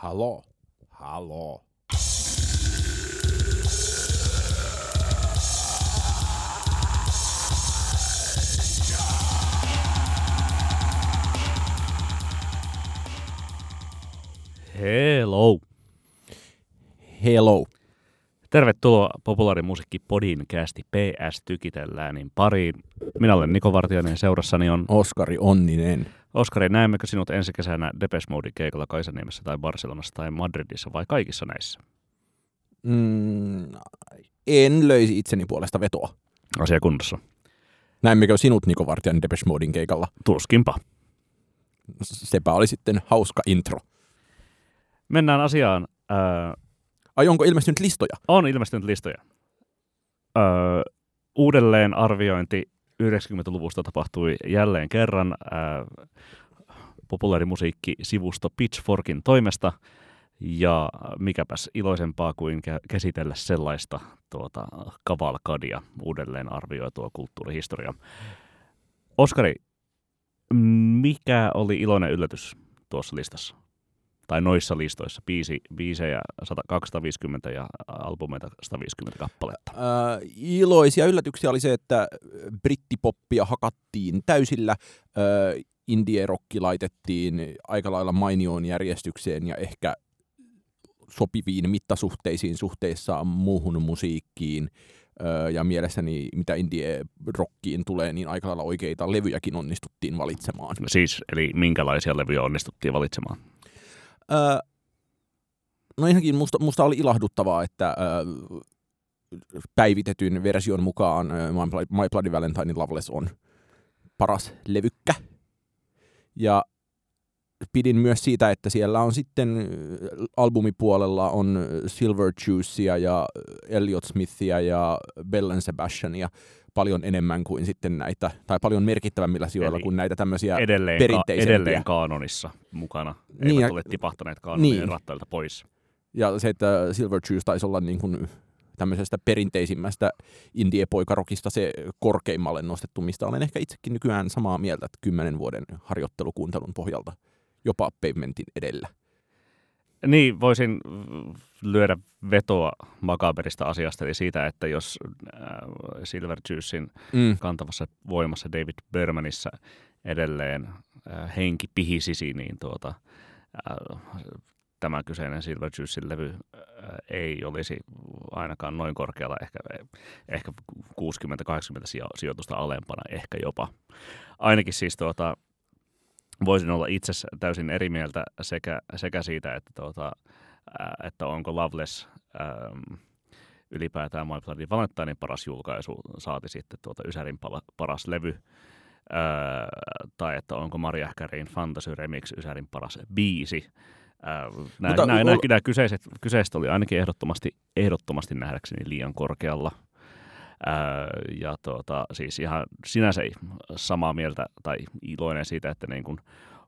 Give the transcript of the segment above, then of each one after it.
Halo. Halo. Hello. Hello. Tervetuloa Populaarimusiikki Podcastin PS Tykitelläänin pariin. Minä olen Niko Vartiainen ja seurassani on Oskari Onninen. Oskari, näemmekö sinut ensi kesänä Depeche Moden keikalla Kaisaniemessä tai Barcelonassa tai Madridissa vai kaikissa näissä? En löisi itseni puolesta vetoa. Asia kunnossa. Näemmekö sinut Niko Vartiainen Depeche Moden keikalla? Tuskinpa. Sepä oli sitten hauska intro. Mennään asiaan. Ai onko ilmestynyt listoja? On ilmestynyt listoja. Uudelleen arviointi 90-luvusta tapahtui jälleen kerran populaarimusiikki-sivusto Pitchforkin toimesta. Ja mikäpäs iloisempaa kuin käsitellä sellaista kavalkadia uudelleen arvioitua kulttuurihistoriaa. Oskari, mikä oli iloinen yllätys tuossa listassa? Tai noissa listoissa, biisejä 250 ja albumeita 150 kappaletta. Iloisia yllätyksiä oli se, että brittipoppia hakattiin täysillä, indie-rokki laitettiin aika lailla mainioon järjestykseen ja ehkä sopiviin mittasuhteisiin suhteessa muuhun musiikkiin. Ja mielessäni, mitä indie-rockiin tulee, niin aika lailla oikeita levyjäkin onnistuttiin valitsemaan. Siis, eli minkälaisia levyjä onnistuttiin valitsemaan? No ensinnäkin musta oli ilahduttavaa, että päivitetyn version mukaan My Bloody Valentine Loveless on paras levykkä. Ja pidin myös siitä, että siellä on sitten albumipuolella on Silverjuicea ja Elliott Smithia ja Bell and Sebastiania paljon enemmän kuin sitten näitä, tai paljon merkittävämmillä sijoilla kuin näitä tämmöisiä perinteisempiä. Edelleen kaanonissa mukana, eivät ole tipahtaneet kaanonin rattailta pois. Ja se, että Silverjuice taisi olla niin kuin tämmöisestä perinteisimmästä indie-poikarokista se korkeimmalle nostettu, mistä olen ehkä itsekin nykyään samaa mieltä, että 10 vuoden harjoittelukuuntelun pohjalta jopa Pavementin edellä. Niin, voisin lyödä vetoa makaberista asiasta, eli siitä, että jos Silverjuicen kantavassa voimassa David Bermanissa edelleen henki pihisisi, niin tämä kyseinen Silverjuicen levy ei olisi ainakaan noin korkealla, ehkä 60-80 sijoitusta alempana, ehkä jopa. Ainakin siis voisin olla itse täysin eri mieltä sekä siitä, että onko Loveless ylipäätään My Bloody Valentinein paras julkaisu, saati sitten Ysärin paras levy, tai että onko Mariah Careyn Fantasy Remix Ysärin paras biisi. Nämä kyseiset oli ainakin ehdottomasti nähdäkseni liian korkealla. Ja siis ihan sinänsä samaa mieltä tai iloinen siitä, että niin kuin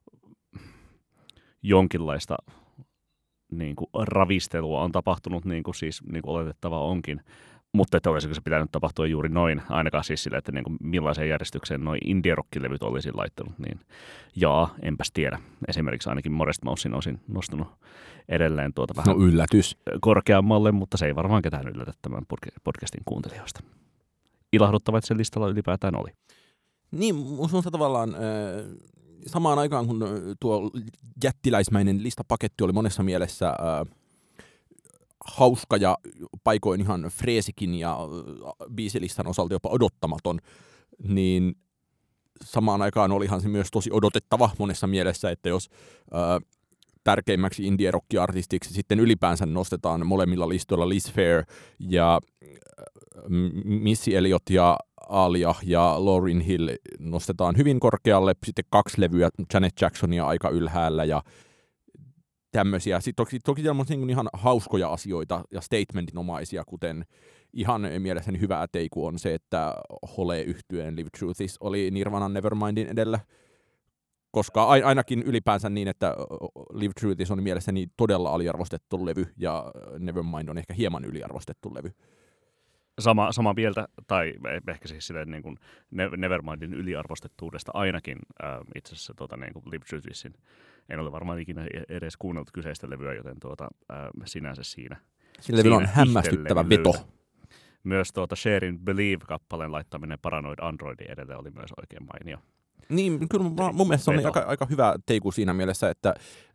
jonkinlaista niin kuin ravistelua on tapahtunut, niin kuin siis niin kuin oletettava onkin. Mutta että olisiko se pitänyt tapahtua juuri noin, ainakaan siis sillä, että niin kuin millaiseen järjestykseen noin indie-rockilevyt olisin laittanut, niin enpäs tiedä. Esimerkiksi ainakin Modest Mousein olisin nostanut edelleen vähän yllätys korkeammalle, mutta se ei varmaan ketään yllätä tämän podcastin kuuntelijoista. Ilahduttava, että se listalla ylipäätään oli. Niin, minusta tavallaan samaan aikaan, kun tuo jättiläismäinen listapaketti oli monessa mielessä hauska ja paikoin ihan freesikin ja biisilistan osalta jopa odottamaton, niin samaan aikaan olihan se myös tosi odotettava monessa mielessä, että jos tärkeimmäksi indie-rock-artistiksi sitten ylipäänsä nostetaan molemmilla listoilla Liz Phair ja Missy Elliott ja Alia ja Lauryn Hill nostetaan hyvin korkealle, sitten 2 levyä Janet Jacksonia aika ylhäällä ja tämmöisiä. Sitten toki siellä on niin ihan hauskoja asioita ja statementinomaisia, kuten ihan mielessäni hyvä teiku on se, että Hole-yhtyeen Live Through This oli Nirvanan Nevermindin edellä, koska ainakin ylipäänsä niin, että Live Through This on mielessäni todella aliarvostettu levy ja Nevermind on ehkä hieman yliarvostettu levy. Samaa mieltä, tai ehkä siis silleen niin kuin Nevermindin yliarvostettuudesta ainakin itse asiassa niin kuin Live Truthissin. En ole varmaan ikinä edes kuunnellut kyseistä levyä, joten sinänsä siinä. Sillä levyllä on hämmästyttävä veto. Myös Share in Believe-kappaleen laittaminen Paranoid Androidin edelle oli myös oikein mainio. Niin, kyllä mun mielestä se on aika hyvä teiku siinä mielessä, että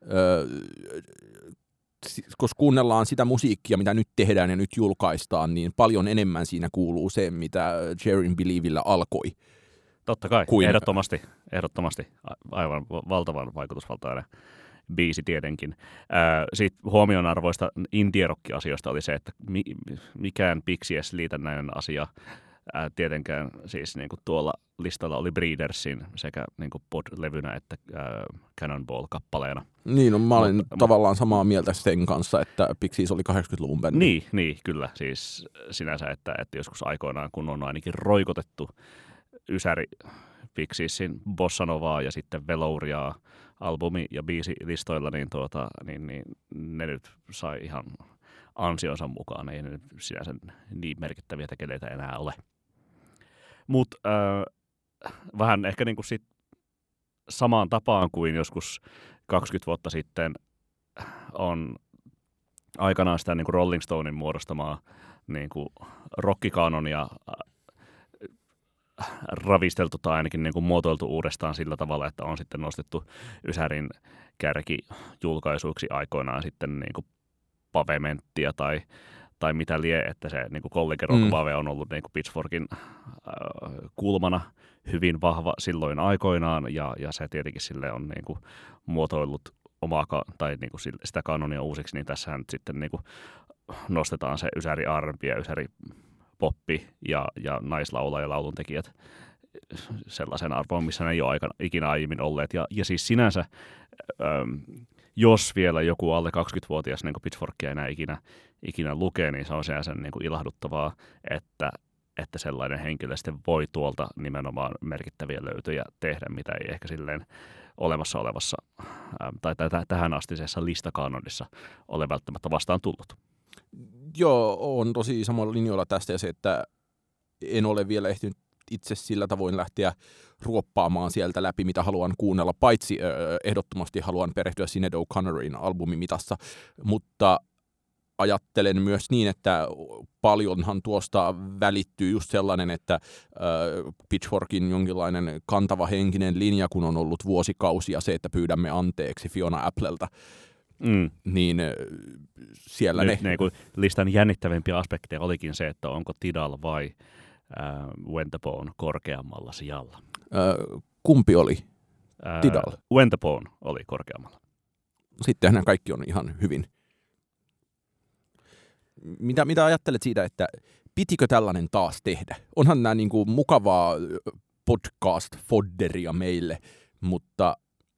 koska kuunnellaan sitä musiikkia, mitä nyt tehdään ja nyt julkaistaan, niin paljon enemmän siinä kuuluu se, mitä Share in Believellä alkoi. Totta kai, ehdottomasti. Aivan valtavan vaikutusvaltainen biisi tietenkin. Sitten huomionarvoista indie-rock-asioista oli se, että mikään Pixies-liitännäinen asia tietenkään siis niin kuin tuolla listalla oli Breedersin sekä niin kuin pod-levynä että Cannonball-kappaleena. Niin, no, mä olen tavallaan samaa mieltä sen kanssa, että Pixies oli 80-luvun bändi. Niin, kyllä. Siis sinänsä, että joskus aikoinaan, kun on ainakin roikotettu ysäri Pixiesin Bossanovaa ja sitten Velouriaa albumi- ja biisilistoilla, niin ne nyt sai ihan ansionsa mukaan. Ei ne sinänsä niin merkittäviä tekeleitä enää ole. Mutta vähän ehkä niinku sit samaan tapaan kuin joskus 20 vuotta sitten on aikanaan sitä niinku Rolling Stonein muodostamaa niinku rockikanonia ravisteltu tai ainakin niin kuin muotoiltu uudestaan sillä tavalla, että on sitten nostettu Ysärin kärkijulkaisuiksi aikoinaan sitten niin kuin Pavementtia tai mitä lie, että se niin kuin College Rock Pave on ollut niin kuin Pitchforkin kulmana hyvin vahva silloin aikoinaan ja se tietenkin sille on niin kuin muotoillut tai niin kuin sitä kanonia uusiksi, niin tässähän sitten niin kuin nostetaan se Ysäri R&B ja Ysäri poppi ja naislaulaja ja lauluntekijät sellaisen arvoon, missä ne ei ole ikinä aiemmin olleet. Ja siis sinänsä, jos vielä joku alle 20-vuotias niin Pitchforkia enää ikinä lukee, niin se on sinänsä niin kuin ilahduttavaa, että sellainen henkilö sitten voi tuolta nimenomaan merkittäviä löytöjä tehdä, mitä ei ehkä silleen olemassa olevassa tai tähän astisessa listakanonissa ole välttämättä vastaan tullut. Joo, on tosi samoilla linjoilla tästä ja se, että en ole vielä ehtinyt itse sillä tavoin lähteä ruoppaamaan sieltä läpi, mitä haluan kuunnella, paitsi ehdottomasti haluan perehtyä Sinead O'Connorin albumimitassa, mutta ajattelen myös niin, että paljonhan tuosta välittyy just sellainen, että Pitchforkin jonkinlainen kantava henkinen linja, kun on ollut vuosikausia se, että pyydämme anteeksi Fiona Applelta, niin siellä nyt ne listan jännittävimpiä aspekteja olikin se, että onko Tidal vai Wentapone korkeammalla sijalla. Kumpi oli? Tidal. Wentapone oli korkeammalla. Sittenhän kaikki on ihan hyvin. Mitä ajattelet siitä, että pitikö tällainen taas tehdä? Onhan nämä niin kuin mukavaa podcast-fodderia meille, mutta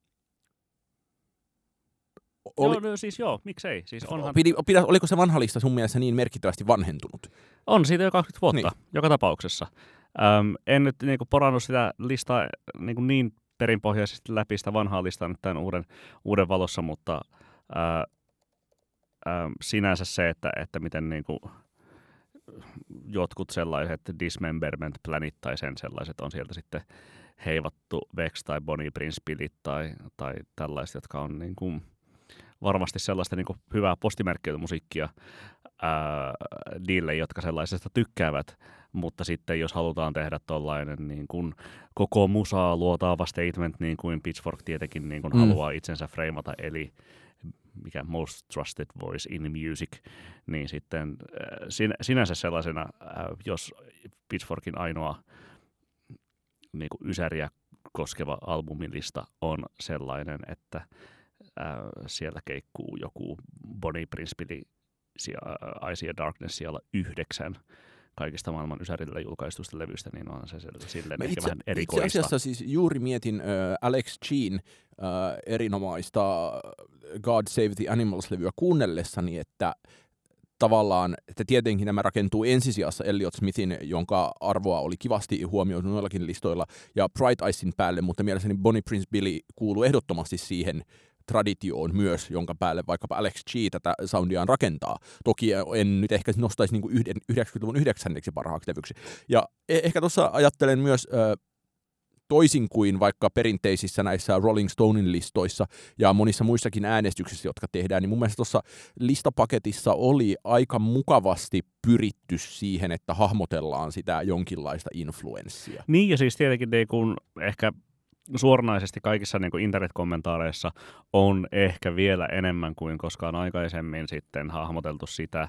miksei? Siis onhan... Oliko se vanha lista sun mielestä niin merkittävästi vanhentunut? On siitä jo 20 vuotta, joka tapauksessa. En nyt niinku porannut sitä listaa niin perinpohjaisesti läpi sitä vanhaa listaa nyt tämän uuden valossa, mutta sinänsä se, että miten niinku jotkut sellaiset Dismemberment Planet tai sen sellaiset on sieltä sitten heivattu Vex tai Bonnie Prince Billit tai tällaiset, jotka on niinku varmasti sellaista niin kuin hyvää postimerkkeilymusiikkia niille, jotka sellaisesta tykkäävät, mutta sitten jos halutaan tehdä tollainen niin kuin koko musaa luotaava statement, niin kuin Pitchfork tietenkin niin kuin haluaa itsensä freimata, eli mikä most trusted voice in music, niin sitten sinänsä sellaisena, jos Pitchforkin ainoa niin kuin ysäriä koskeva albumilista on sellainen, että siellä keikkuu joku Bonnie Prince Billy I See a Darkness siellä 9 kaikista maailman ysärillä julkaistusta levystä, niin on se silleen ehkä vähän erikoista. Itse asiassa siis juuri mietin Alex Jean erinomaista God Save the Animals-levyä kuunnellessani, että tavallaan, että tietenkin nämä rakentuu ensisijassa Elliot Smithin, jonka arvoa oli kivasti huomioitu noillakin listoilla, ja Bright Eyesin päälle, mutta mielestäni Bonnie Prince Billy kuuluu ehdottomasti siihen traditioon myös, jonka päälle vaikkapa Alex G tätä soundiaan rakentaa. Toki en nyt ehkä nostaisi niin kuin 90-luvun 9. parhaaksi levyksi. Ja ehkä tuossa ajattelen myös toisin kuin vaikka perinteisissä näissä Rolling Stonein listoissa ja monissa muissakin äänestyksissä, jotka tehdään, niin mun mielestä tuossa listapaketissa oli aika mukavasti pyritty siihen, että hahmotellaan sitä jonkinlaista influenssia. Niin, ja siis tietenkin niin kun ehkä suoranaisesti kaikissa niin kuin internet-kommentaareissa on ehkä vielä enemmän kuin koskaan aikaisemmin sitten hahmoteltu sitä,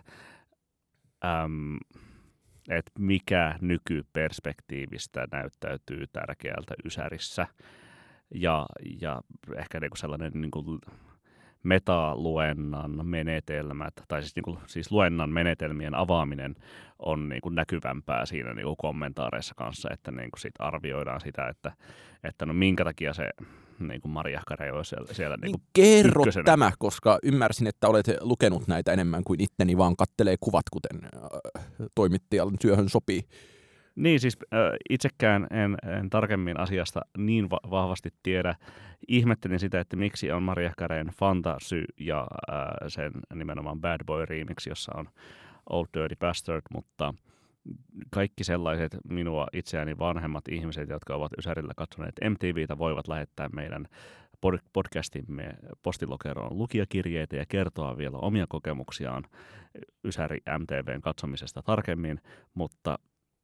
että mikä nykyperspektiivistä näyttäytyy tärkeältä ysärissä. Ja ehkä niin kuin sellainen niin kuin metaluennan menetelmät, tai siis luennan menetelmien avaaminen on niin kuin näkyvämpää siinä niin kuin kommentaareissa kanssa, että niin kuin sit arvioidaan sitä, että no minkä takia se niin kuin Mariah Carey on siellä niin kuin kerro ykkösenä. Tämä, koska ymmärsin, että olet lukenut näitä enemmän kuin itteni, vaan kattelee kuvat, kuten toimittajan työhön sopii. Niin, siis itsekään en tarkemmin asiasta niin vahvasti tiedä. Ihmettelin sitä, että miksi on Mariah Careyn Fantasy ja sen nimenomaan Bad Boy remix, jossa on Old Dirty Bastard, mutta kaikki sellaiset minua itseäni vanhemmat ihmiset, jotka ovat ysärillä katsoneet MTVtä, voivat lähettää meidän podcastimme postilokeroon lukijakirjeitä ja kertoa vielä omia kokemuksiaan Ysäri MTVn katsomisesta tarkemmin, mutta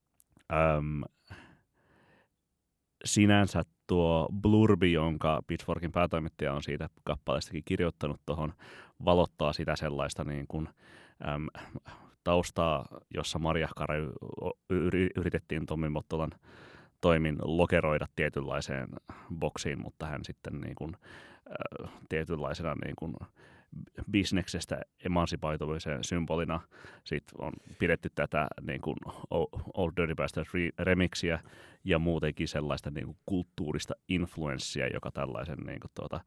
sinänsä tuo blurbi, jonka Pitchforkin päätoimittaja on siitä kappaleestakin kirjoittanut tuohon, valottaa sitä sellaista niin kuin, taustaa, jossa Mariah Carey yritettiin Tommi Mottolan toimin lokeroida tietynlaiseen boksiin, mutta hän sitten niin kuin, tietynlaisena niin kuin bisneksestä emansipoitumisen symbolina sitten on pidetty tätä niin kuin Old Dirty Bastard remixiä ja muutenkin sellaista niin kuin kulttuurista influenssia, joka tällaisen niin kuin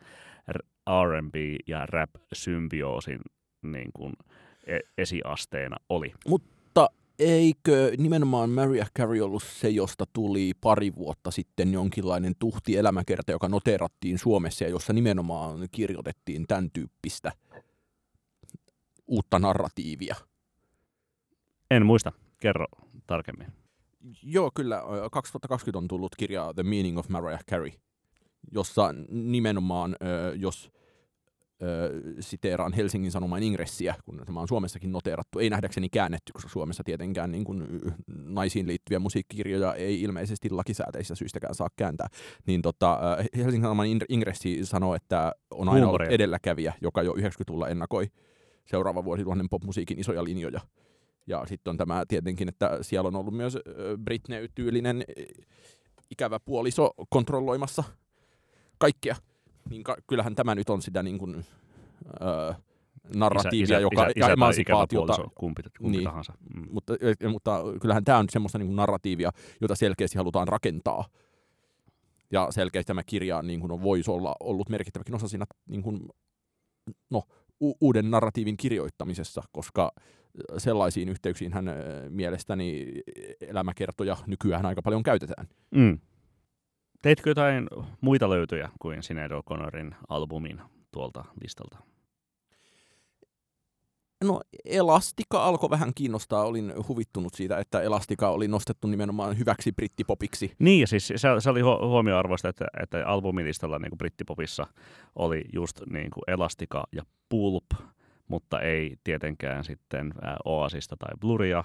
R&B ja rap-symbioosin niin kuin esiasteena oli. Mutta eikö nimenomaan Mariah Carey ollut se, josta tuli pari vuotta sitten jonkinlainen tuhti elämäkerta, joka noteerattiin Suomessa ja jossa nimenomaan kirjoitettiin tämän tyyppistä uutta narratiivia? En muista. Kerro tarkemmin. Joo, kyllä. 2020 on tullut kirja The Meaning of Mariah Carey, jossa nimenomaan, jos siteeraan Helsingin Sanomain ingressiä, kun tämä on Suomessakin noteerattu, ei nähdäkseni käännetty, koska Suomessa tietenkään niin kuin naisiin liittyviä musiikkikirjoja ei ilmeisesti lakisääteisistä syystäkään saa kääntää, niin Helsingin Sanomain ingressi sanoo, että on aina ollut edelläkävijä, joka jo 90-luvulla ennakoi seuraavan vuosituhannen popmusiikin isoja linjoja. Ja sitten on tämä tietenkin, että siellä on ollut myös Britney-tyylinen ikävä puoliso kontrolloimassa kaikkea. Niin kyllähän tämä nyt on sitä niin kuin, narratiivia, ja emansipaatiota. Kumpi niin, tahansa. Mutta kyllähän tämä on semmoista niin kuin narratiivia, jota selkeästi halutaan rakentaa. Ja selkeästi tämä kirja niin kuin voisi olla ollut merkittäväkin osa siinä niin kuin, uuden narratiivin kirjoittamisessa, koska sellaisiin yhteyksiin hän mielestäni elämäkertoja nykyään aika paljon käytetään. Mm. Teitkö jotain muita löytöjä kuin Sinead O'Connorin albumin tuolta listalta? No Elastica alkoi vähän kiinnostaa. Olin huvittunut siitä, että Elastica oli nostettu nimenomaan hyväksi brittipopiksi. Niin, ja siis se oli huomioarvoista, että albumilistalla niin kuin brittipopissa oli just niin kuin Elastica ja Pulp, mutta ei tietenkään sitten Oasista tai Bluria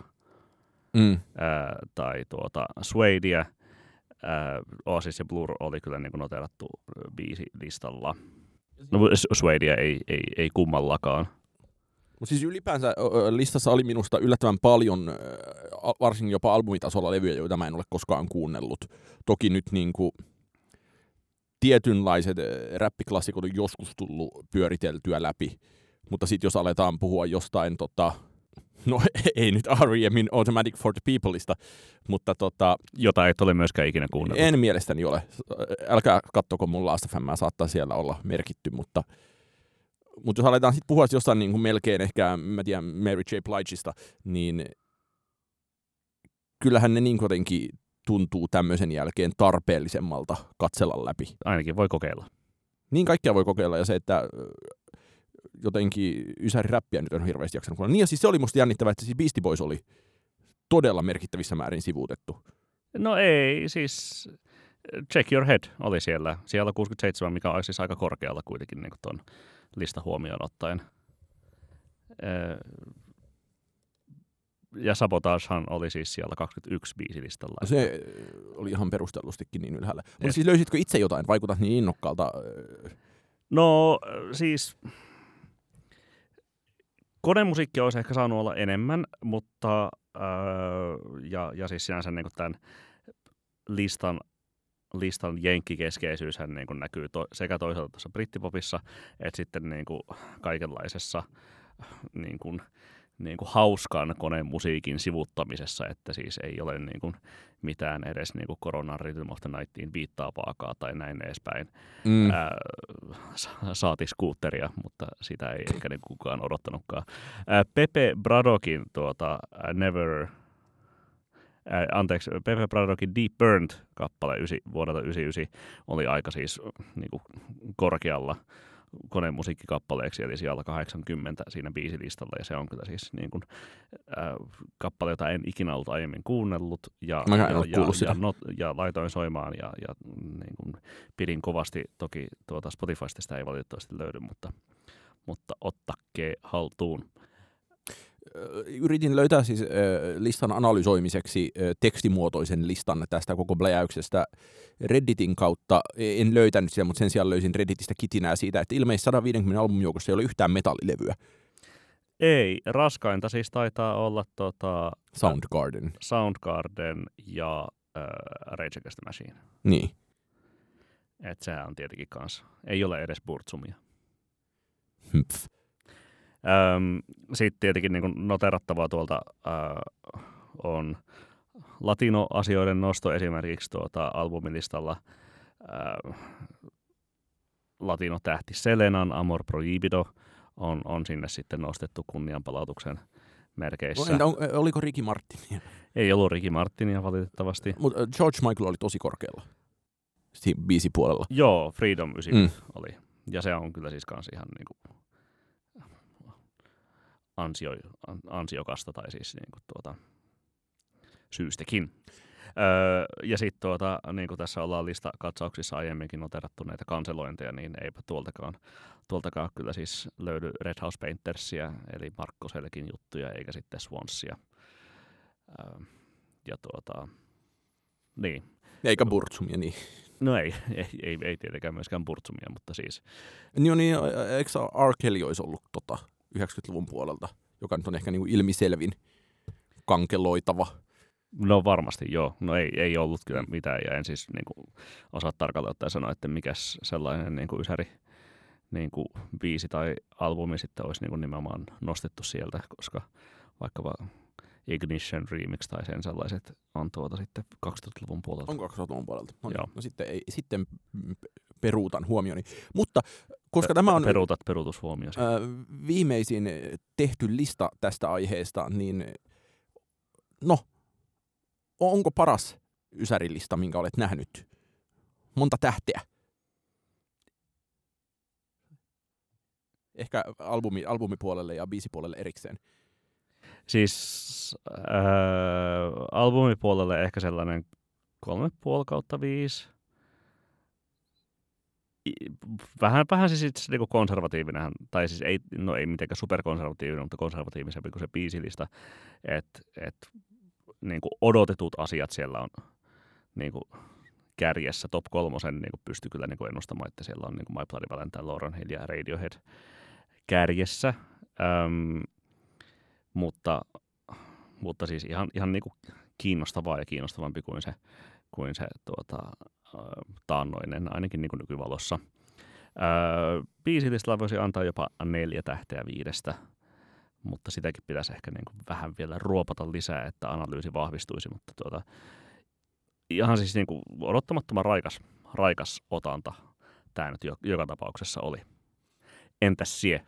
tai Suedea. Oasis ja Blur oli kyllä niin kuin noterattu biisilistalla. No, Suedea ei kummallakaan. Siis ylipäänsä listassa oli minusta yllättävän paljon, varsinkin jopa albumitasolla levyjä, joita mä en ole koskaan kuunnellut. Toki nyt niin kuin tietynlaiset räppiklassikot on joskus tullut pyöriteltyä läpi, mutta sitten jos aletaan puhua jostain, no ei nyt R.E.Min Automatic for the Peopleista, mutta jota et ole myöskään ikinä kuunnellut. En mielestäni ole. Älkää katsoko mun Last.fm, saattaa siellä olla merkitty, mutta jos aletaan sitten puhua jostain niin kuin melkein ehkä, mä tiedän, Mary J. Bligeista, niin kyllähän ne niin jotenkin tuntuu tämmöisen jälkeen tarpeellisemmalta katsella läpi. Ainakin voi kokeilla. Niin kaikkea voi kokeilla, ja se, että jotenkin ysäri-räppiä nyt on hirveästi jaksanut kuulla. Niin, ja siis se oli musta jännittävää, että siis Beastie Boys oli todella merkittävissä määrin sivuutettu. No ei, siis Check Your Head oli siellä 67, mikä on siis aika korkealla kuitenkin niin tuon listan huomioon ottaen. Ja Sabotagehan oli siis siellä 21 biisilistalla. Se oli ihan perustellustikin niin ylhäällä. Mutta siis löysitkö itse jotain? Vaikutat niin innokkaalta. No siis konemusiikki olisi ehkä saanut olla enemmän, mutta ja siis sinänsä niin tämän listan jenkkikeskeisyyshän niin kuin näkyy sekä toisaalta tuossa brittipopissa että sitten niin kuin kaikenlaisessa niin kuin hauskan konemusiikin sivuttamisessa, että siis ei ole niin kuin mitään edes niin kuin Coronan Rhythm of the Nightiin viittaavaakaan tai näin edespäin. Saati skuutteria, mutta sitä ei eikä niin kukaan odottanutkaan. Pepe Braddockin Pepe Braddockin Deep Burned-kappale vuodelta 1999 oli aika siis niin kuin korkealla konemusiikkikappaleeksi, eli siellä 80 siinä biisilistalla, ja se on kyllä siis niin kuin, kappale, jota en ikinä ollut aiemmin kuunnellut, ja laitoin soimaan, ja niin kuin, pidin kovasti, toki Spotifysta sitä ei valitettavasti löydy, mutta ottakkee haltuun. Yritin löytää siis listan analysoimiseksi tekstimuotoisen listan tästä koko bläjäyksestä Redditin kautta. En löytänyt sitä, mutta sen sijaan löysin Redditistä kitinää siitä, että ilmeisesti 150 albumin joukossa ei ole yhtään metallilevyä. Ei, raskainta siis taitaa olla Soundgarden ja Rage Against the Machine. Niin. Et sehän on tietenkin kanssa. Ei ole edes Burzumia. Sitten tietenkin niin noterattavaa tuolta on latino-asioiden nosto esimerkiksi albumilistalla latino-tähti Selenan Amor Prohibido on sinne sitten nostettu kunnianpalautuksen merkeissä. No, oliko Ricky Martinia? Ei ollut Ricky Martinia valitettavasti. Mutta George Michael oli tosi korkealla siinä biisipuolella. Joo, Freedom 90 oli. Ja se on kyllä siis kans ihan niinku ansiokasta tai siis niinku syystäkin. Ja sitten niin kuin tässä ollaan listakatsauksissa aiemminkin noterattu näitä kanselointeja, niin eipä tuoltakaan kyllä siis löydy Red House Paintersia, eli Markko Selkin juttuja, eikä sitten Swansia. Niin. Eikä Burzumia, niin. No ei tietenkään myöskään Burzumia, mutta siis. Niin, eikö R. Kelly olisi ollut 90-luvun puolelta, joka nyt on ehkä niinku ilmiselvin kankeloitava? No varmasti joo. No ei ollut kyllä mitään, ja en siis niinku osaa tarkalleen ottaen sanoa, että mikäs sellainen niinku ysäri niinku biisi tai albumi sitten olisi niinku nimenomaan nostettu sieltä, koska vaikkapa Ignition Remix tai sen sellaiset on sitten 2000-luvun puolelta. On 2000-luvun puolelta. No sitten peruutan huomioni. Mutta koska tämä on peruutushuomiosi. Viimeisin tehty lista tästä aiheesta, niin onko paras ysärilista, minkä olet nähnyt? Monta tähteä? Ehkä albumipuolelle ja biisipuolelle erikseen. Siis albumipuolelle ehkä sellainen 3,5/5. Vähän siis itse niinku konservatiivinen, tai siis ei mitenkään superkonservatiivinen, mutta konservatiivisempi kuin se biisilista. Et niinku odotetut asiat siellä on niinku kärjessä. Top 3 niinku pystyy kyllä niinku ennustamaan, että siellä on niinku My Bloody Valentine, Lauryn Hill ja Radiohead kärjessä. Mutta siis ihan niinku kiinnostavaa ja kiinnostavampi kuin se taannoinen, ainakin niinku nykyvalossa. Biisilistalla voisi antaa jopa 4 tähteä 5, mutta sitäkin pitäisi ehkä niinku vähän vielä ruopata lisää, että analyysi vahvistuisi, mutta ihan siis niinku odottamattoman raikas otanta tämä nyt joka tapauksessa oli. Entäs sie?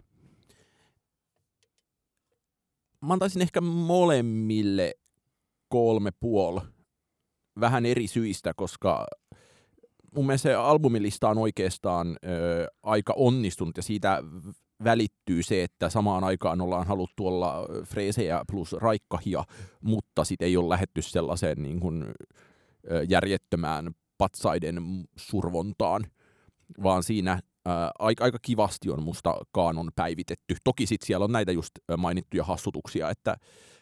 Mä antaisin ehkä molemmille 3,5 vähän eri syistä, koska mun mielestä se albumilista on oikeastaan aika onnistunut, ja siitä välittyy se, että samaan aikaan ollaan haluttu olla freesejä plus raikkahia, mutta sitten ei ole lähdetty sellaiseen niin kuin, järjettömään patsaiden survontaan, vaan siinä aika kivasti on musta kaanon päivitetty. Toki sitten siellä on näitä just mainittuja hassutuksia, että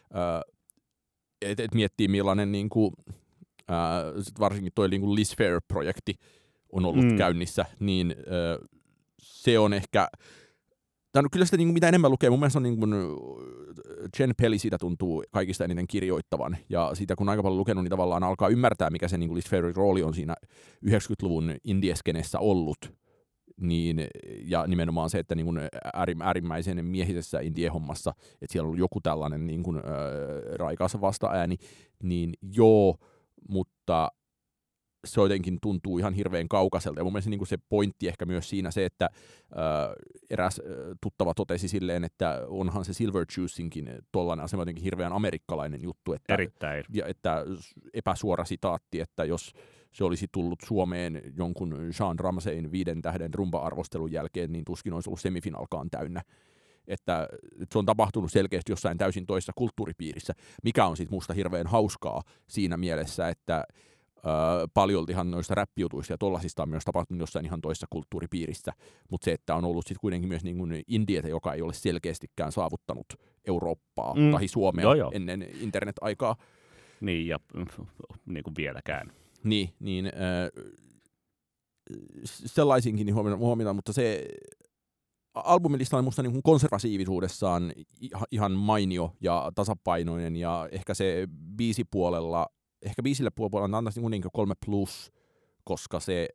et miettii millainen niin kuin, varsinkin toi niin kuin Liz Phair-projekti on ollut käynnissä, niin se on ehkä... Kyllä sitä, niin kuin, mitä enemmän lukee, mun mielestä on niin kuin, Jen Pelli siitä tuntuu kaikista eniten kirjoittavan, ja siitä kun aika paljon lukenut, niin tavallaan alkaa ymmärtää, mikä se niin kuin Liz Phairin rooli on siinä 90-luvun indieskenessä ollut, niin, ja nimenomaan se, että niin kuin äärimmäisen miehisessä indie-hommassa, että siellä on ollut joku tällainen niin kuin, raikas vastaääni, niin joo, mutta se jotenkin tuntuu ihan hirveän kaukaiselta. Ja mun mielestä niin kuin se pointti ehkä myös siinä se, että eräs tuttava totesi silleen, että onhan se Silverjuicinkin tollainen asema jotenkin hirveän amerikkalainen juttu. Että, erittäin. Ja että epäsuora sitaatti, että jos se olisi tullut Suomeen jonkun Sean Ramseyn 5 tähden rumba-arvostelun jälkeen, niin tuskin olisi ollut semifinalkaan täynnä. Että se on tapahtunut selkeästi jossain täysin toisessa kulttuuripiirissä, mikä on sitten musta hirveän hauskaa siinä mielessä, että paljoltihan noista räppijutuista ja tollasista on myös tapahtunut jossain ihan toisessa kulttuuripiirissä, mutta se, että on ollut sitten kuitenkin myös niin kuin indietä, joka ei ole selkeästikään saavuttanut Eurooppaa tai Suomea ennen internet-aikaa. Niin, ja niin kuin vieläkään. Niin sellaisinkin huomioon, mutta se albumilista on musta niin kuin konservatiivisuudessaan ihan mainio ja tasapainoinen, ja ehkä se biisipuolella, ehkä biisille puolella antaisi niin 3+, koska se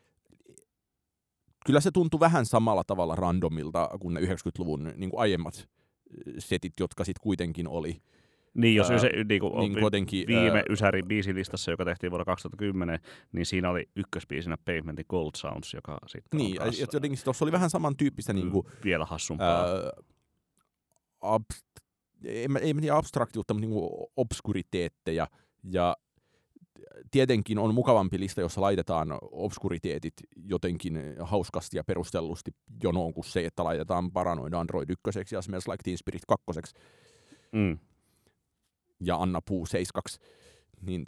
kyllä se tuntui vähän samalla tavalla randomilta kuin ne 90-luvun niin kuin aiemmat setit, jotka sitten kuitenkin oli. Niin, jos viime Ysärin biisilistassa, joka tehtiin vuonna 2010, niin siinä oli ykkösbiisinä Pavementin Gold Sounds, joka sitten niin, on jotenkin tuossa oli vähän samantyyppistä niinku vielä hassumpaa. Ei tiedä abstraktiutta, mutta niinku obskuriteetteja, ja tietenkin on mukavampi lista, jossa laitetaan obskuriteetit jotenkin hauskasti ja perustellusti jonoon, kuin se, että laitetaan Paranoid Android 1 ja Smells Like Teen Spirit 2 ja Anna Puu 7. Niin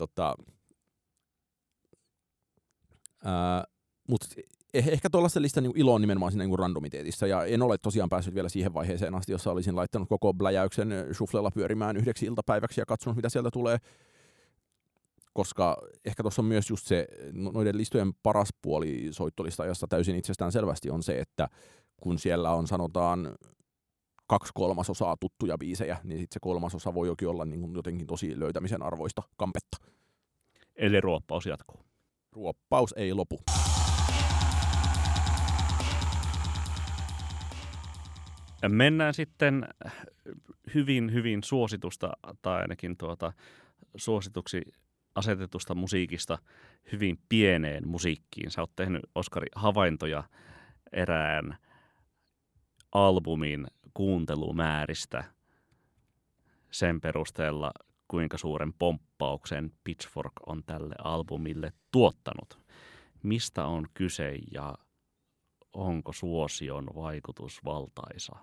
mutta ehkä tuollaisen listan niin ilo on nimenomaan siinä niin randomiteetissa, ja en ole tosiaan päässyt vielä siihen vaiheeseen asti, jossa olisin laittanut koko bläjäyksen shufflella pyörimään 9 iltapäiväksi ja katsonut, mitä sieltä tulee, koska ehkä tuossa on myös just se, noiden listojen paras puoli soittolista-ajassa täysin itsestään selvästi on se, että kun siellä on sanotaan 2/3 tuttuja biisejä, niin sitten se 1/3 voi jokin olla niin kuin jotenkin tosi löytämisen arvoista kampetta. Eli ruoppaus jatkuu. Ruoppaus ei lopu. Mennään sitten hyvin suositusta, tai ainakin suosituksi asetetusta musiikista hyvin pieneen musiikkiin. Sä oot tehnyt, Oskari, havaintoja erään albumin kuuntelumääristä sen perusteella, kuinka suuren pomppauksen Pitchfork on tälle albumille tuottanut. Mistä on kyse ja onko suosion vaikutus valtaisa?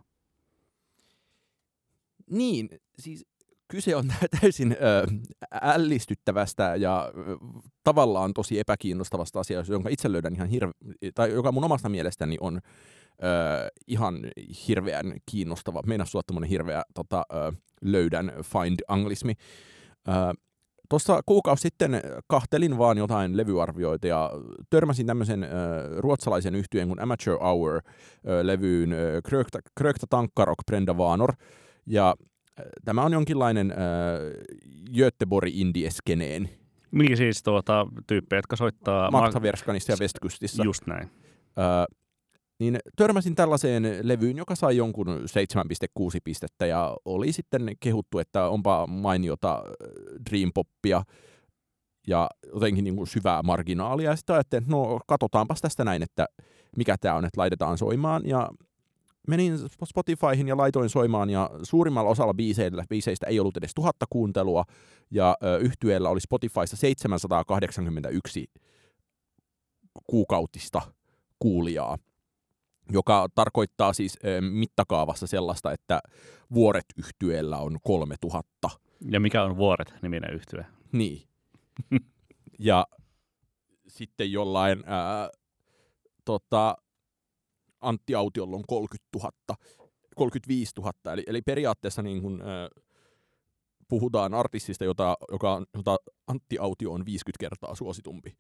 Niin, siis kyse on täysin ällistyttävästä ja tavallaan tosi epäkiinnostavasta asiasta, jonka itse löydän ihan tai joka mun omasta mielestäni on ihan hirveän kiinnostava. Meinas sulla tommonen hirveä löydän find-anglismi. Tuossa kuukausi sitten kahtelin vaan jotain levyarvioita ja törmäsin tämmöisen ruotsalaisen yhtyeen kuin Amateur Hour-levyyn Krökta Tankkarock Brenda Vanor. Ja tämä on jonkinlainen Göteborg indieskeneen. Niin siis tyyppejä, jotka soittaa Magtaverskanissa ja Westkustissa. Just näin. Niin törmäsin tällaiseen levyyn, joka sai jonkun 7,6 pistettä ja oli sitten kehuttu, että onpa mainiota dreampoppia ja jotenkin niin kuin syvää marginaalia. Ja sitten ajattelin, että no katsotaanpas tästä näin, että mikä tämä on, että laitetaan soimaan. Ja menin Spotifyhin ja laitoin soimaan ja suurimmalla osalla biiseistä ei ollut edes 1000 kuuntelua ja yhtyeellä oli Spotifyssa 781 kuukautista kuulijaa, joka tarkoittaa siis mittakaavassa sellaista, että Vuoret-yhtyeellä on 3000. Ja mikä on Vuoret-niminen yhtye? Niin. Ja sitten jollain Antti Autiolla on 35 000. Eli periaatteessa niin kun, puhutaan artistista, jota Antti Autio on 50 kertaa suositumpi.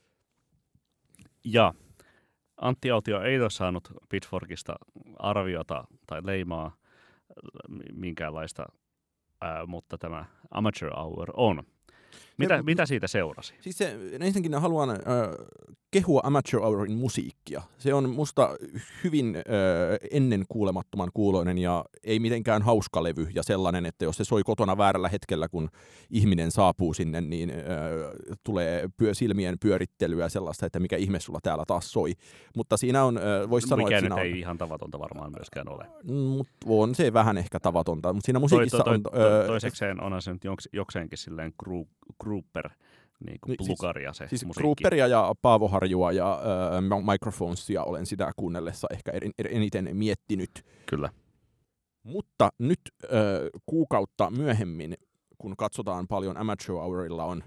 Ja Antti Autio ei ole saanut Pitchforkista arviota tai leimaa minkäänlaista, mutta tämä Amateur Hour on. Mitä siitä seurasi? Siis ensinnäkin haluan kehua Amateur Hourin musiikkia. Se on musta hyvin ennen kuulemattoman kuuloinen ja ei mitenkään hauska levy ja sellainen, että jos se soi kotona väärällä hetkellä, kun ihminen saapuu sinne, niin tulee silmien pyörittelyä sellaista, että mikä ihme sulla täällä taas soi. Mutta siinä on, voisi sanoa, että siinä on... ei ihan tavatonta varmaan myöskään ole. On se vähän ehkä tavatonta, mutta siinä musiikissa on... Toisekseen onhan se nyt jokseenkin silleen grouper, niin kuin plugaria se siis musiikki. Grouperia ja Paavo Harjua ja Microphonesia olen sitä kuunnellessa ehkä eniten miettinyt. Kyllä. Mutta nyt kuukautta myöhemmin, kun katsotaan paljon Amateur Hourilla on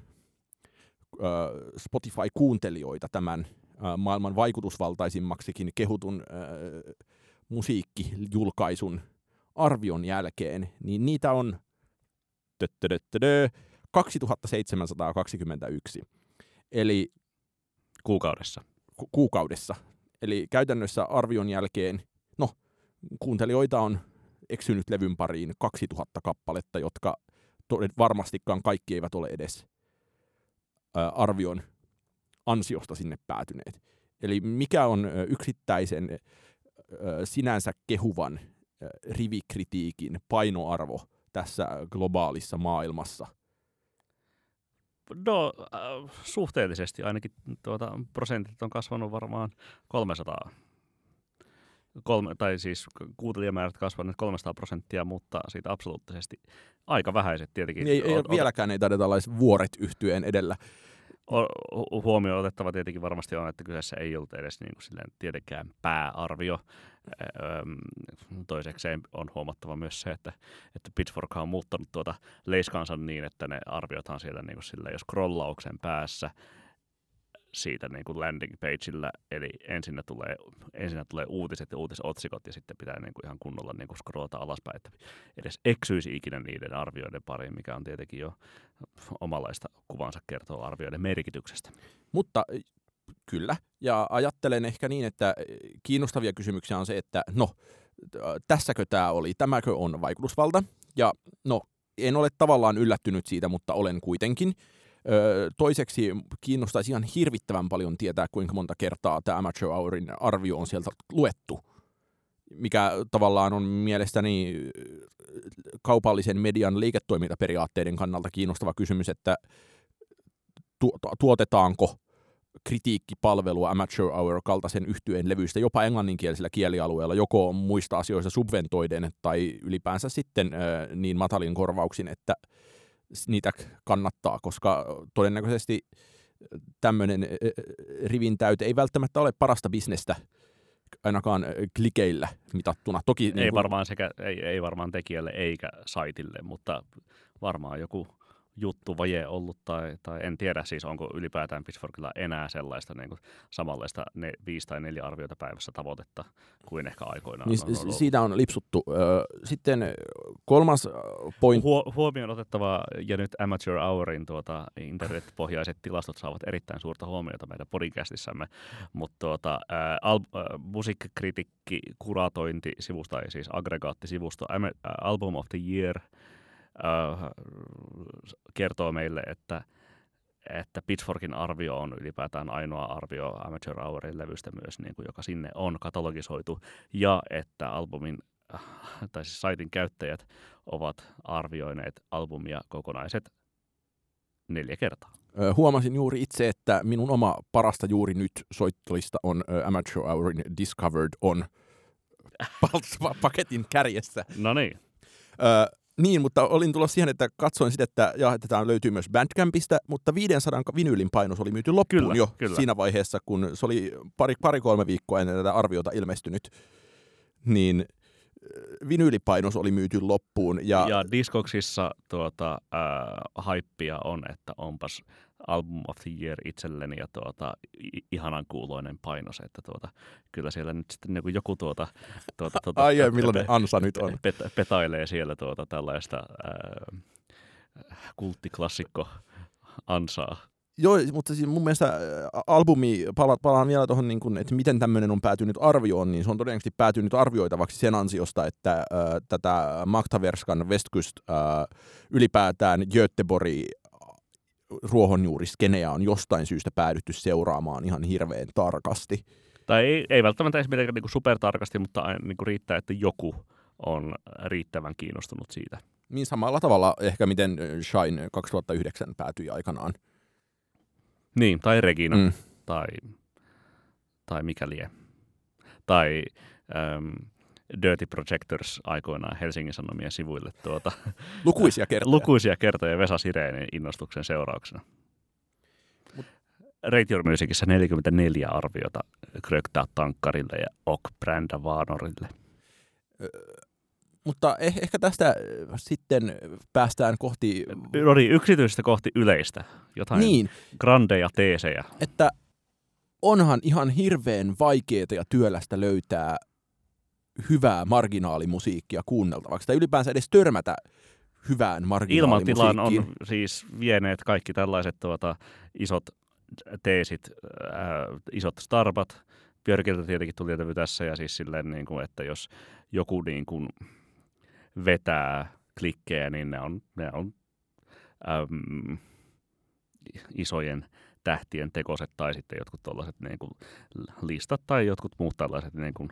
Spotify-kuuntelijoita tämän maailman vaikutusvaltaisimmaksikin kehutun musiikkijulkaisun arvion jälkeen, niin niitä on 2721. Eli kuukaudessa. Eli käytännössä arvion jälkeen, kuuntelijoita on eksynyt levyn pariin 2000 kappaletta, jotka varmastikaan kaikki eivät ole edes arvion ansiosta sinne päätyneet. Eli mikä on yksittäisen sinänsä kehuvan rivikritiikin painoarvo tässä globaalissa maailmassa? No, suhteellisesti ainakin prosentit on kasvanut varmaan 300. Tai siis kuuntelijamäärät kasvaneet 300%, mutta siitä absoluuttisesti aika vähäiset tietenkin. Vieläkään ei taideta olla Vuoret-yhtyeen edellä. Huomioon otettava tietenkin varmasti on, että kyseessä ei ollut edes niin kuin silleen tietenkään pääarvio. Toisekseen on huomattava myös se, että Pitchfork on muuttanut leiskansa niin, että ne arviothan siellä niin kuin silleen, jos scrollauksen päässä siitä niin kuin landing pageillä, eli ensin tulee uutiset ja uutisotsikot ja sitten pitää niin kuin ihan kunnolla niin kuin scrollata alaspäin, että edes eksyisi ikinä niiden arvioiden pariin, mikä on tietenkin jo omanlaista kuvansa kertoo arvioiden merkityksestä. Mutta kyllä, ja ajattelen ehkä niin, että kiinnostavia kysymyksiä on se, että tässäkö tämä oli, tämäkö on vaikutusvalta, ja en ole tavallaan yllättynyt siitä, mutta olen kuitenkin. Toiseksi kiinnostaisi ihan hirvittävän paljon tietää, kuinka monta kertaa tämä Amateur Hourin arvio on sieltä luettu, mikä tavallaan on mielestäni kaupallisen median liiketoimintaperiaatteiden kannalta kiinnostava kysymys, että tuotetaanko kritiikkipalvelua Amateur Hour-kaltaisen yhtyeen levyistä jopa englanninkielisellä kielialueella, joko muista asioista subventoiden tai ylipäänsä sitten niin matalin korvauksin, että niitä kannattaa, koska todennäköisesti tämmöinen rivin täyte ei välttämättä ole parasta bisnestä, ainakaan klikeillä mitattuna. Toki ei varmaan tekijälle eikä saitille, mutta varmaan joku juttuvaje ollut, tai en tiedä siis, onko ylipäätään Pitchforkilla enää sellaista niin kuin samanlaista 5 tai 4 arviota päivässä tavoitetta kuin ehkä aikoinaan niin, on ollut. Siitä on lipsuttu. Sitten kolmas pointti. Huomioon otettava, ja nyt Amateur Hourin internetpohjaiset tilastot saavat erittäin suurta huomiota meidän podcastissamme, mutta musiikkikritikki kuratointisivusto, tai siis aggregaattisivusto Album of the Year kertoo meille, että Pitchforkin arvio on ylipäätään ainoa arvio Amateur Hourin levystä myös, niin kuin, joka sinne on katalogisoitu, ja että albumin, tai siis saitin käyttäjät ovat arvioineet albumia kokonaiset 4 kertaa. Huomasin juuri itse, että minun oma parasta juuri nyt soittolista on Amateur Hourin Discovered on paketin kärjessä. No niin. Niin, mutta olin tullut siihen, että katsoin sitä, että tämä löytyy myös Bandcampista, mutta 500 vinyylin painos oli myyty loppuun kyllä. Siinä vaiheessa, kun se oli pari-kolme viikkoa ennen tätä arviota ilmestynyt, niin vinyylipainos oli myyty loppuun. Ja Discogsissa haippia on, että onpas Album of the Year itselleni ja ihanan kuuloinen painos, että kyllä siellä nyt sitten joku ai millainen ansa nyt on. Petailee siellä tällaista kulttiklassikko ansaa. Joo, mutta siis mun mielestä albumi, palaan vielä tuohon, niin että miten tämmöinen on päätynyt arvioon, niin se on todennäköisesti päätynyt arvioitavaksi sen ansiosta, että tätä Magtaverskan Westkyst ylipäätään Göteborg ruohonjuuriskeneä on jostain syystä päädytty seuraamaan ihan hirveän tarkasti. Tai ei välttämättä edes mitenkään niin supertarkasti, mutta niin riittää, että joku on riittävän kiinnostunut siitä. Niin samalla tavalla ehkä miten Shine 2009 päätyi aikanaan. Niin, tai Regina, tai mikä lie. Tai Dirty Projectors aikoinaan Helsingin Sanomien sivuille lukuisia kertoja Vesa Sireenin innostuksen seurauksena. Rate Your Musicissa 44 arviota Krökta Tankkarille ja Ok Branda Vanorille. Mutta ehkä tästä sitten päästään kohti... No niin, yksityisestä kohti yleistä. Jotain grandeja teesejä. Että onhan ihan hirveän vaikeaa ja työlästä löytää hyvää marginaalimusiikkia kuunneltavaksi. Tai ylipäänsä edes törmätä hyvään marginaalimusiikkiin. Ilmatilan on siis vieneet kaikki tällaiset isot teesit, isot starbat. Björkiltä tietenkin tuli levy tässä ja siis silleen, niin kuin, että jos joku niin kuin vetää klikkejä, niin ne on isojen tähtien tekoset tai sitten jotkut tällaiset niin kuin listat tai jotkut muut tällaiset niin kuin,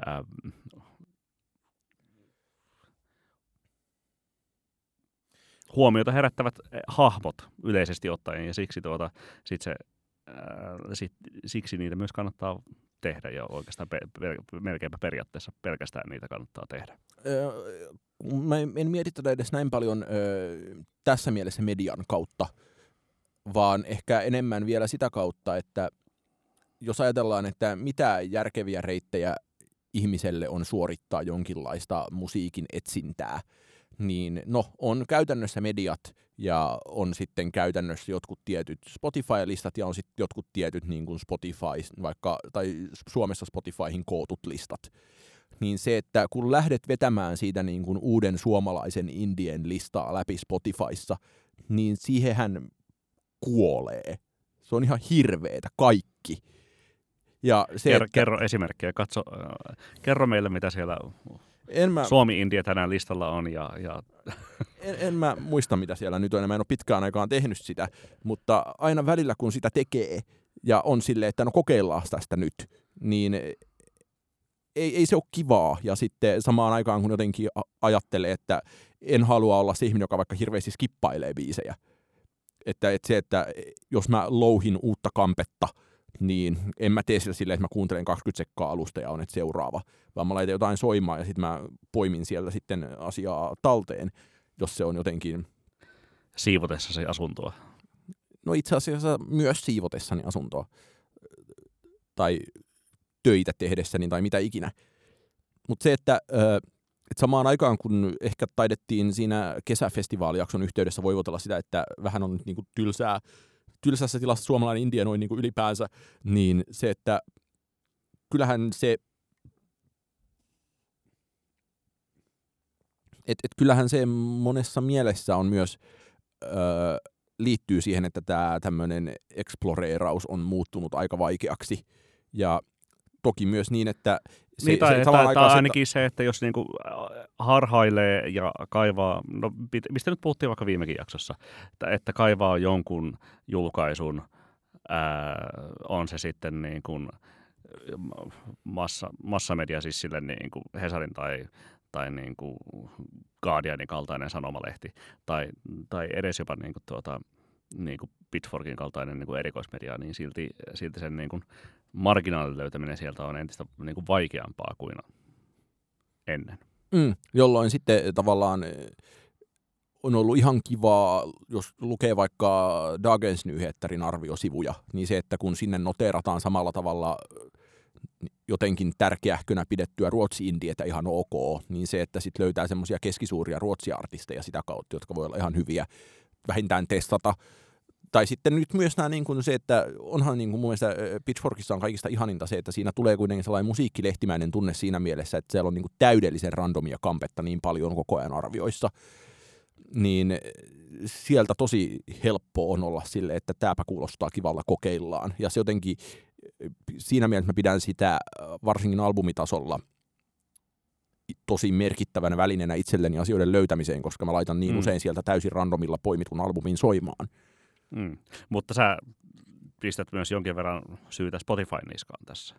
huomiota herättävät hahmot yleisesti ottaen ja siksi niitä myös kannattaa tehdä ja oikeastaan melkeinpä periaatteessa pelkästään niitä kannattaa tehdä. Mä en mieti tätä edes näin paljon tässä mielessä median kautta, vaan ehkä enemmän vielä sitä kautta, että jos ajatellaan, että mitä järkeviä reittejä ihmiselle on suorittaa jonkinlaista musiikin etsintää, niin on käytännössä mediat ja on sitten käytännössä jotkut tietyt Spotify-listat ja on sitten jotkut tietyt niin kuin tai Suomessa Spotifyhin kootut listat. Niin se, että kun lähdet vetämään siitä niin kuin uuden suomalaisen indien listaa läpi Spotifyssa, niin siihenhän kuolee. Se on ihan hirveetä kaikki. Ja se, kerro esimerkkejä. Kerro meille, mitä siellä Suomi-India tänään listalla on. En mä muista, mitä siellä nyt on. Mä en ole pitkään aikaan tehnyt sitä, mutta aina välillä, kun sitä tekee ja on silleen, että kokeillaan tästä nyt, niin ei se ole kivaa. Ja sitten samaan aikaan, kun jotenkin ajattelee, että en halua olla se ihminen, joka vaikka hirveästi skippailee biisejä. Että jos mä louhin uutta kampetta, niin en mä tee sitä silleen, että mä kuuntelen 20 sekkaa alusta ja on et seuraava, vaan mä laitan jotain soimaan ja sitten mä poimin sieltä sitten asiaa talteen, jos se on jotenkin... Siivotessasi asuntoa. No itse asiassa myös siivotessani asuntoa. Tai töitä tehdessäni tai mitä ikinä. Mutta se, että samaan aikaan, kun ehkä taidettiin siinä kesäfestivaalijakson yhteydessä voivotella sitä, että vähän on niinku tylsässä tilassa suomalainen India noin niinku ylipäänsä, niin se, että kyllähän se kyllähän se monessa mielessä on myös liittyy siihen, että tämä tämmöinen exploreeraus on muuttunut aika vaikeaksi. Ja toki myös niin, että tai ainakin se, että jos niinku harhailee ja kaivaa, no mistä nyt puhuttiin vaikka viimekin jaksossa, että kaivaa jonkun julkaisun, on se sitten niin kuin massamedia, siis sille niin kuin Hesarin tai niin kuin Guardianin kaltainen sanomalehti, tai edes jopa niin kuin niin kuin Pitchforkin kaltainen niin kuin erikoismedia, niin silti sen niin kuin marginaalin löytäminen sieltä on entistä niin kuin vaikeampaa kuin ennen. Jolloin sitten tavallaan on ollut ihan kivaa, jos lukee vaikka Dagens Nyheterin arviosivuja, niin se, että kun sinne noteerataan samalla tavalla jotenkin tärkeähkönä pidettyä ruotsi-indietä ihan ok, niin se, että sitten löytää semmoisia keskisuuria ruotsi-artisteja sitä kautta, jotka voi olla ihan hyviä vähintään testata. Tai sitten nyt myös nämä, niin kuin se, että onhan niin kuin mun mielestä Pitchforkissa on kaikista ihaninta se, että siinä tulee kuitenkin sellainen musiikkilehtimäinen tunne siinä mielessä, että siellä on niin kuin täydellisen randomia kampetta niin paljon koko ajan arvioissa. Niin sieltä tosi helppo on olla sille, että tämäpä kuulostaa kivalla, kokeillaan. Ja se jotenkin, siinä mielessä mä pidän sitä varsinkin albumitasolla tosi merkittävänä välineenä itselleni asioiden löytämiseen, koska mä laitan niin usein sieltä täysin randomilla poimitun albumin soimaan. Mutta sä pistät myös jonkin verran syytä Spotifyn niskaan tässä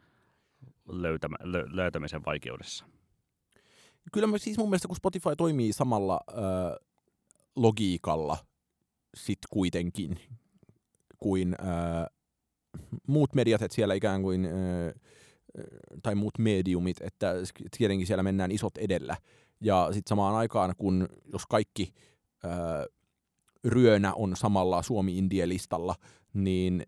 löytämisen vaikeudessa. Kyllä siis mun mielestä, kun Spotify toimii samalla logiikalla sit kuitenkin kuin muut mediat, että siellä ikään kuin, tai muut mediumit, että tietenkin siellä mennään isot edellä. Ja sitten samaan aikaan, kun jos kaikki ryönä on samalla Suomi-Indie-listalla, niin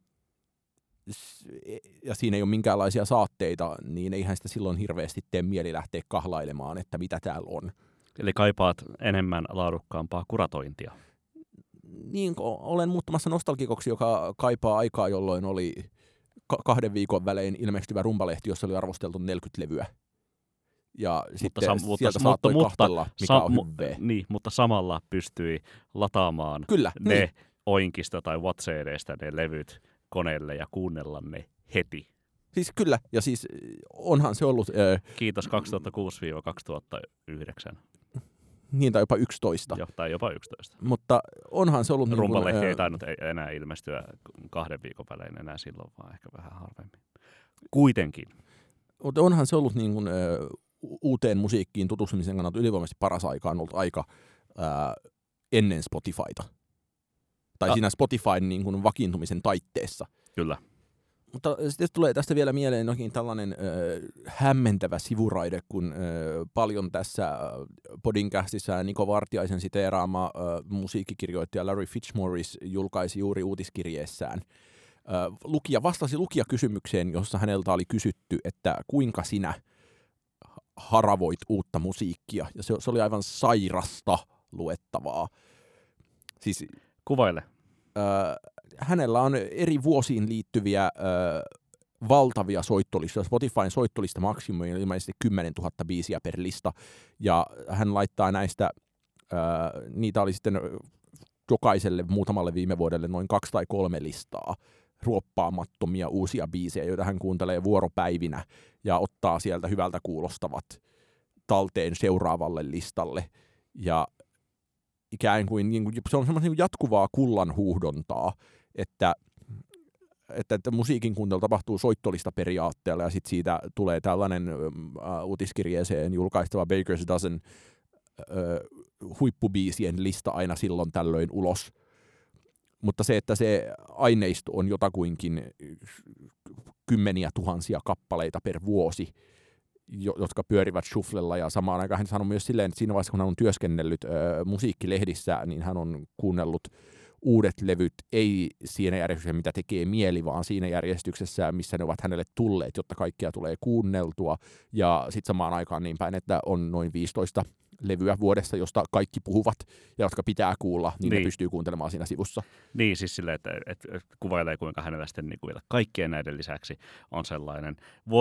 ja siinä ei ole minkäänlaisia saatteita, niin eihän sitä silloin hirveästi tee mieli lähteä kahlailemaan, että mitä täällä on. Eli kaipaat enemmän laadukkaampaa kuratointia. Niin, olen muuttamassa nostalgikoksi, joka kaipaa aikaa, jolloin oli 2 viikon välein ilmestyvä rumbalehti, jossa oli arvosteltu 40 levyä. Ja sitten sieltä saattoi kahtella, mikä on hyvää. Niin, mutta samalla pystyi lataamaan Kyllä, ne niin. Oinkista tai WhatCDstä ne levyt koneelle ja kuunnella ne heti. Siis kyllä, ja siis onhan se ollut... Kiitos 2006-2009. Niin, tai jopa 11. Tai jopa 11. Mutta onhan se ollut... Rumbalehti ei tainnut enää ilmestyä 2 viikon välein enää silloin, vaan ehkä vähän harvemmin. Kuitenkin. Mutta onhan se ollut niin kuin, uuteen musiikkiin tutustumisen kannalta ylivoimaisesti paras aika on ollut aika ennen Spotifyta. Tai siinä Spotifyn niin kuin vakiintumisen taitteessa. Kyllä. Mutta sitten tulee tästä vielä mieleen jokin tällainen hämmentävä sivuraide, kun paljon tässä Podcastissa Niko Vartiaisen siteeraama musiikkikirjoittaja Larry Fitzmaurice julkaisi juuri uutiskirjeessään. Lukija vastasi lukijakysymykseen, jossa häneltä oli kysytty, että kuinka sinä haravoit uutta musiikkia. Ja se oli aivan sairasta luettavaa. Siis, kuvaile. Hänellä on eri vuosiin liittyviä valtavia soittolistoja. Spotifyn soittolista maksimumi on ilmeisesti 10 000 biisiä per lista. Ja hän laittaa näistä, niitä oli sitten jokaiselle muutamalle viime vuodelle noin 2 tai 3 listaa ruoppaamattomia uusia biisejä, joita hän kuuntelee vuoropäivinä ja ottaa sieltä hyvältä kuulostavat talteen seuraavalle listalle. Ja ikään kuin, se on semmoista jatkuvaa kullanhuuhdontaa, että musiikin kuuntelu tapahtuu soittolista periaatteella ja sitten siitä tulee tällainen uutiskirjeeseen julkaistava Baker's Dozen huippubiisien lista aina silloin tällöin ulos. Mutta se, että se aineisto on jotakuinkin 10 000 kappaleita per vuosi, jotka pyörivät shufflella, ja samaan aikaan hän sanoi myös silleen, että siinä vaiheessa, kun hän on työskennellyt musiikkilehdissä, niin hän on kuunnellut uudet levyt, ei siinä järjestyksessä, mitä tekee mieli, vaan siinä järjestyksessä, missä ne ovat hänelle tulleet, jotta kaikkia tulee kuunneltua, ja sitten samaan aikaan niin päin, että on noin 15 levyä vuodessa, josta kaikki puhuvat ja jotka pitää kuulla, niin ne pystyy kuuntelemaan siinä sivussa. Niin, siis silleen, että kuvailee, kuinka hänellä sitten niin kuin kaikkien näiden lisäksi on sellainen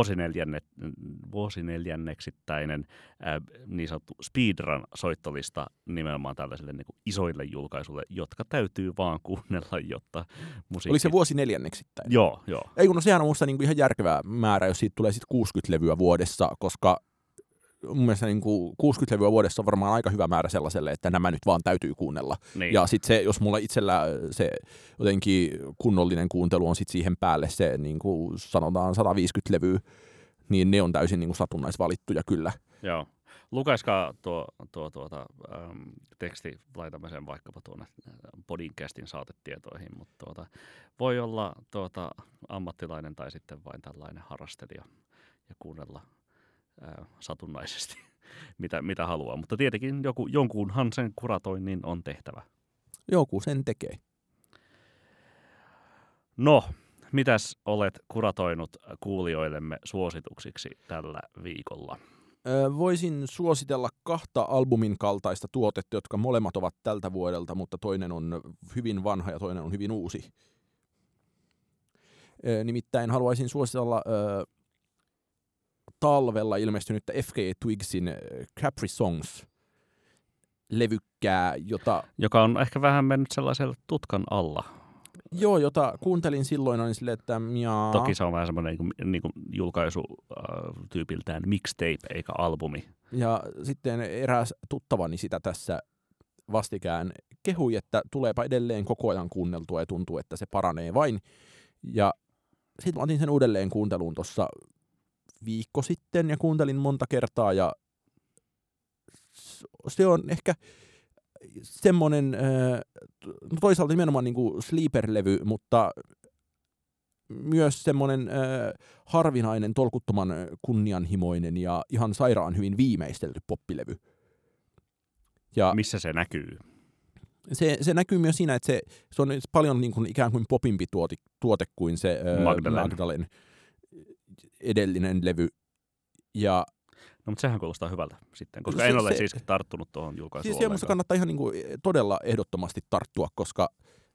vuosineljänneksittäinen niin sanottu speedrun-soittolista nimenomaan tällaisille niin kuin isoille julkaisuille, jotka täytyy vaan kuunnella, jotta musiikki... Oliko se vuosineljänneksittäinen? Joo. Ei kun sehän on musta niin kuin ihan järkevä määrä, jos siitä tulee sitten 60 levyä vuodessa, koska mun mielestä niin kuin 60 levyä vuodessa on varmaan aika hyvä määrä sellaiselle, että nämä nyt vaan täytyy kuunnella. Niin. Ja sitten se, jos mulla itsellä se jotenkin kunnollinen kuuntelu on sitten siihen päälle se niin kuin sanotaan 150 levyä, niin ne on täysin niin kuin satunnaisvalittuja kyllä. Joo. Lukaiskaa tuo teksti, laitamme sen vaikkapa tuonne podcastin saatetietoihin, mutta voi olla ammattilainen tai sitten vain tällainen harrastelija ja kuunnella satunnaisesti. mitä haluaa. Mutta tietenkin jonkunhan sen kuratoinnin on tehtävä. Joku sen tekee. No, mitäs olet kuratoinut kuulijoillemme suosituksiksi tällä viikolla? Voisin suositella 2 albumin kaltaista tuotetta, jotka molemmat ovat tältä vuodelta, mutta toinen on hyvin vanha ja toinen on hyvin uusi. Nimittäin haluaisin suositella talvella ilmestynyttä FK Twigsin Capri Songs -levykkää, joka on ehkä vähän mennyt sellaisella tutkan alla. Joo, jota kuuntelin silloin, niin silleen, että Toki se on vähän semmoinen niin kuin julkaisutyypiltään mixtape eikä albumi. Ja sitten eräs tuttavani sitä tässä vastikään kehui, että tuleepa edelleen koko ajan kuunneltua ja tuntuu, että se paranee vain. Ja sitten otin sen uudelleen kuunteluun tuossa viikko sitten ja kuuntelin monta kertaa ja se on ehkä semmoinen, no toisaalta nimenomaan niin kuin sleeper-levy, mutta myös semmoinen harvinainen, tolkuttoman kunnianhimoinen ja ihan sairaan hyvin viimeistelty poppilevy. Ja missä se näkyy? Se näkyy myös siinä, että se on paljon niin kuin ikään kuin popimpi tuote kuin se Magdalene edellinen levy. Ja no, mutta sehän kuulostaa hyvältä sitten, koska en ole siis tarttunut tuohon julkaisuun ollenkaan. Siis minusta kannattaa ihan niin kuin todella ehdottomasti tarttua, koska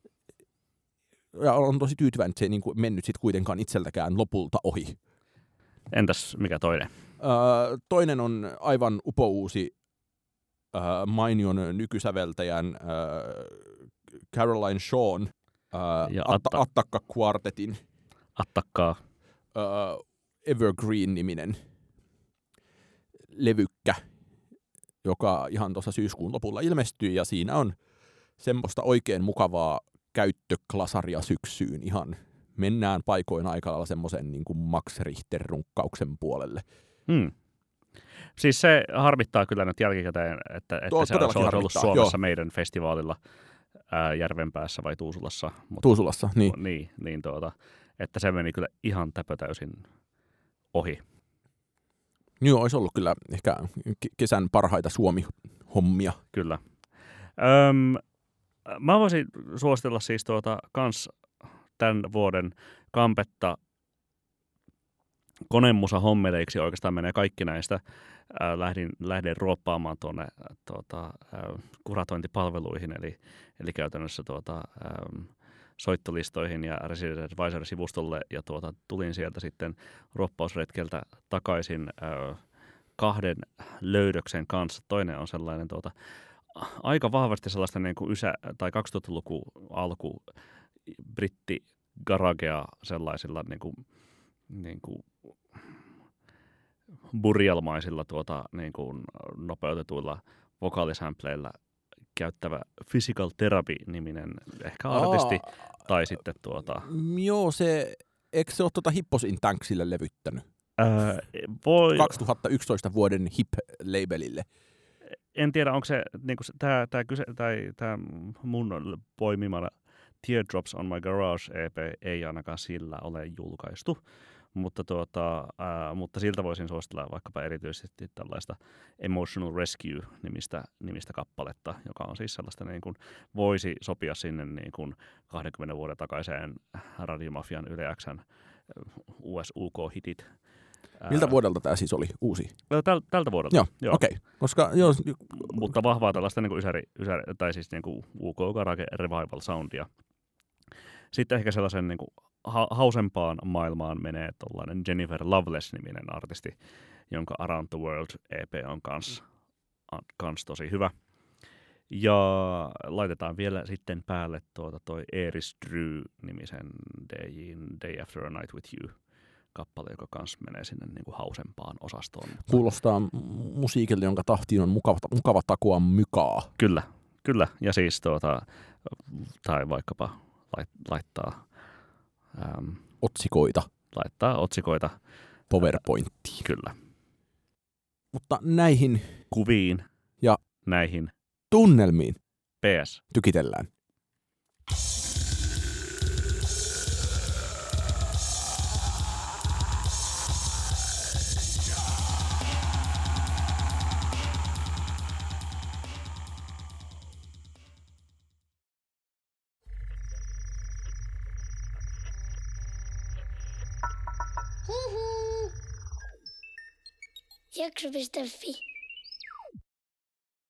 ja on tosi tyytyväinen, että se ei niin kuin mennyt sit kuitenkaan itseltäkään lopulta ohi. Entäs mikä toinen? Toinen on aivan upouusi mainion nykysäveltäjän Caroline Shawn ja Attakka Quartetin Attakkaa Evergreen-niminen levykkä, joka ihan tuossa syyskuun lopulla ilmestyi, ja siinä on semmoista oikein mukavaa käyttöklasaria syksyyn. Ihan mennään paikoin aika lailla semmoisen niin kuin Max Richter-runkkauksen puolelle. Siis se harmittaa kyllä nyt jälkikäteen, että se on ollut Suomessa meidän festivaalilla Järvenpäässä vai Tuusulassa. Tuusulassa, niin. Niin että se meni kyllä ihan täpötäysin ohi. Joo, olisi ollut kyllä ehkä kesän parhaita Suomi-hommia. Kyllä. Mä voisin suositella siis kans tämän vuoden kampetta konemusa-hommeleiksi. Oikeastaan menee kaikki näistä. Lähdin ruoppaamaan tuonne kuratointipalveluihin, eli käytännössä soittolistoihin ja Resident Advisor-sivustolle, ja tulin sieltä sitten ruoppausretkeltä takaisin 2 löydöksen kanssa. Toinen on sellainen aika vahvasti sellaista niin kuin 2000-luvun alku britti garagea sellaisilla niin kuin burjalmaisilla niin kuin nopeutetuilla vokaalisampleilla käyttävä Physical Therapy-niminen ehkä artisti, tai sitten Joo, eikö se ole Hippos in Tanksille levyttänyt? 2011 vuoden Hip-labelille. En tiedä, onko se niinku tämä mun poimimana Teardrops on My Garage EP ei ainakaan sillä ole julkaistu, mutta siltä voisin suositella vaikkapa erityisesti tällaista Emotional Rescue-nimistä kappaletta, joka on siis sellaista niin kuin voisi sopia sinne niin kuin 20 vuoden takaiseen Radiomafian Yle X:n US-UK-hitit. Miltä vuodelta tämä siis oli uusi? Tältä vuodelta. Joo. Okei. Koska mutta vahvaa tällaista niin kuin tai siis niin kuin UK Garage Revival Soundia. Sitten ehkä sellaisen niin kuin hausempaan maailmaan menee tuollainen Jennifer Loveless-niminen artisti, jonka Around the World EP on kans tosi hyvä. Ja laitetaan vielä sitten päälle toi Eris Drew-nimisen Day After a Night with You -kappale, joka kans menee sinne niin kuin hausempaan osastoon. Kuulostaa musiikille, jonka tahtiin on mukava takoa mykaa. Kyllä. Ja siis tai vaikkapa laittaa otsikoita. Laittaa otsikoita PowerPointtiin. Kyllä. Mutta näihin kuviin ja näihin tunnelmiin PS tykitellään. Jakso.fi.